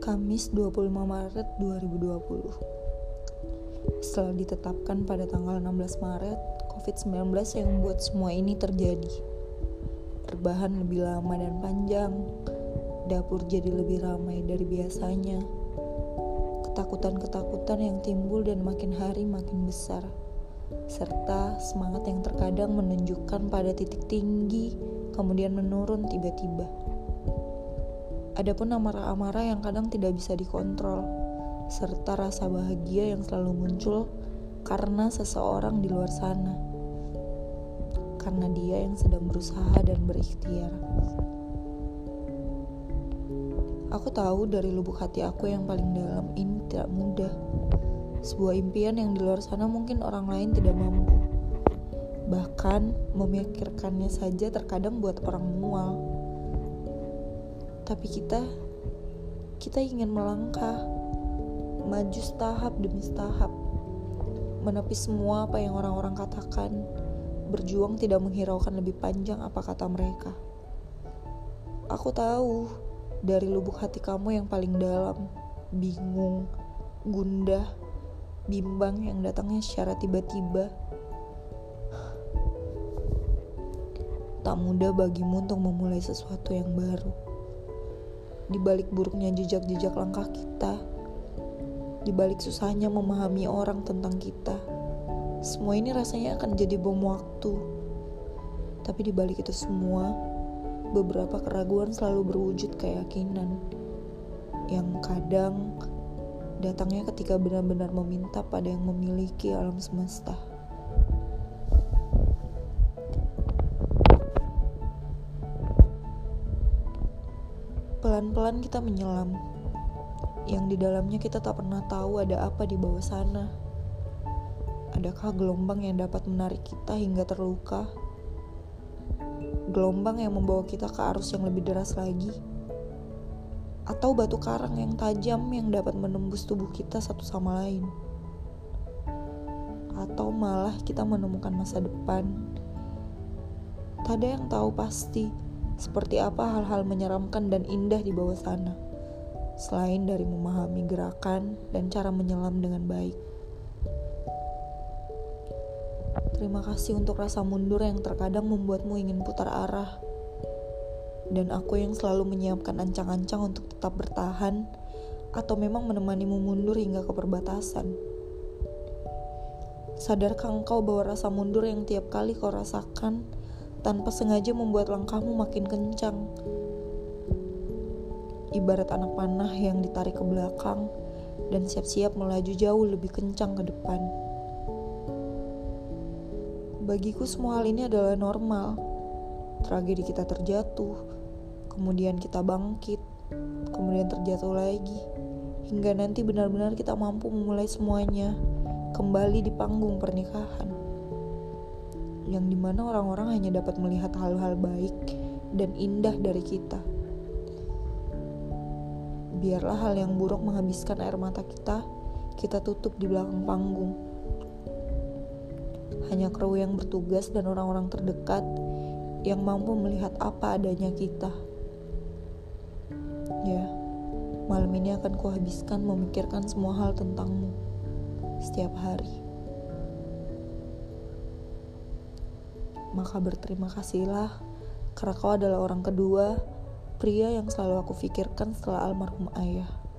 Kamis 25 Maret 2020. Setelah ditetapkan pada tanggal 16 Maret, COVID-19 yang membuat semua ini terjadi. Rebahan lebih lama dan panjang, dapur jadi lebih ramai dari biasanya. Ketakutan-ketakutan yang timbul dan makin hari makin besar, serta semangat yang terkadang menunjukkan pada titik tinggi, kemudian menurun tiba-tiba. Adapun amarah-amarah yang kadang tidak bisa dikontrol, serta rasa bahagia yang selalu muncul karena seseorang di luar sana, karena dia yang sedang berusaha dan berikhtiar. Aku tahu dari lubuk hati aku yang paling dalam ini tidak mudah. Sebuah impian yang di luar sana mungkin orang lain tidak mampu. Bahkan memikirkannya saja terkadang buat orang mual. Tapi kita ingin melangkah, maju tahap demi tahap, menepis semua apa yang orang-orang katakan, berjuang tidak menghiraukan lebih panjang apa kata mereka. Aku tahu dari lubuk hati kamu yang paling dalam, bingung, gundah, bimbang yang datangnya secara tiba-tiba. Tak mudah bagimu untuk memulai sesuatu yang baru. Di balik buruknya jejak-jejak langkah kita, di balik susahnya memahami orang tentang kita, semua ini rasanya akan jadi bom waktu. Tapi di balik itu semua, beberapa keraguan selalu berwujud keyakinan, yang kadang datangnya ketika benar-benar meminta pada yang memiliki alam semesta. Pelan-pelan kita menyelam, yang di dalamnya kita tak pernah tahu ada apa di bawah sana. Adakah gelombang yang dapat menarik kita hingga terluka? Gelombang yang membawa kita ke arus yang lebih deras lagi? Atau batu karang yang tajam yang dapat menembus tubuh kita satu sama lain? Atau malah kita menemukan masa depan? Tak ada yang tahu pasti seperti apa hal-hal menyeramkan dan indah di bawah sana, selain dari memahami gerakan dan cara menyelam dengan baik. Terima kasih untuk rasa mundur yang terkadang membuatmu ingin putar arah, dan aku yang selalu menyiapkan ancang-ancang untuk tetap bertahan atau memang menemanimu mundur hingga ke perbatasan. Sadarkah engkau bahwa rasa mundur yang tiap kali kau rasakan tanpa sengaja membuat langkahmu makin kencang, ibarat anak panah yang ditarik ke belakang dan siap-siap melaju jauh lebih kencang ke depan. Bagiku semua hal ini adalah normal. Tragedi kita terjatuh, kemudian kita bangkit, kemudian terjatuh lagi, hingga nanti benar-benar kita mampu memulai semuanya kembali di panggung pernikahan, yang dimana orang-orang hanya dapat melihat hal-hal baik dan indah dari kita. Biarlah hal yang buruk menghabiskan air mata kita tutup di belakang panggung. Hanya kru yang bertugas dan orang-orang terdekat yang mampu melihat apa adanya kita. Ya, malam ini akan kuhabiskan memikirkan semua hal tentangmu setiap hari. Maka berterima kasihlah karena kau adalah orang kedua, pria yang selalu aku pikirkan setelah almarhum ayah.